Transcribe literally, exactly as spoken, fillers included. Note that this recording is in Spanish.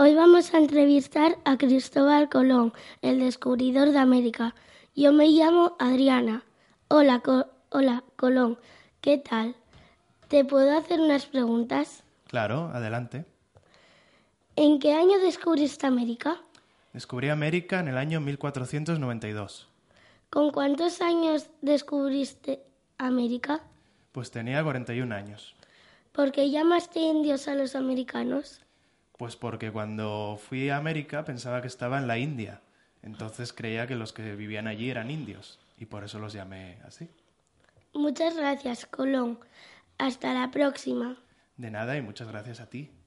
Hoy vamos a entrevistar a Cristóbal Colón, el descubridor de América. Yo me llamo Adriana. Hola, Co- Hola, Colón. ¿Qué tal? ¿Te puedo hacer unas preguntas? Claro, adelante. ¿En qué año descubriste América? Descubrí América en el año mil cuatrocientos noventa y dos. ¿Con cuántos años descubriste América? Pues tenía cuarenta y un años. ¿Por qué llamaste indios a los americanos? Pues porque cuando fui a América pensaba que estaba en la India. Entonces creía que los que vivían allí eran indios. Y por eso los llamé así. Muchas gracias, Colón. Hasta la próxima. De nada y muchas gracias a ti.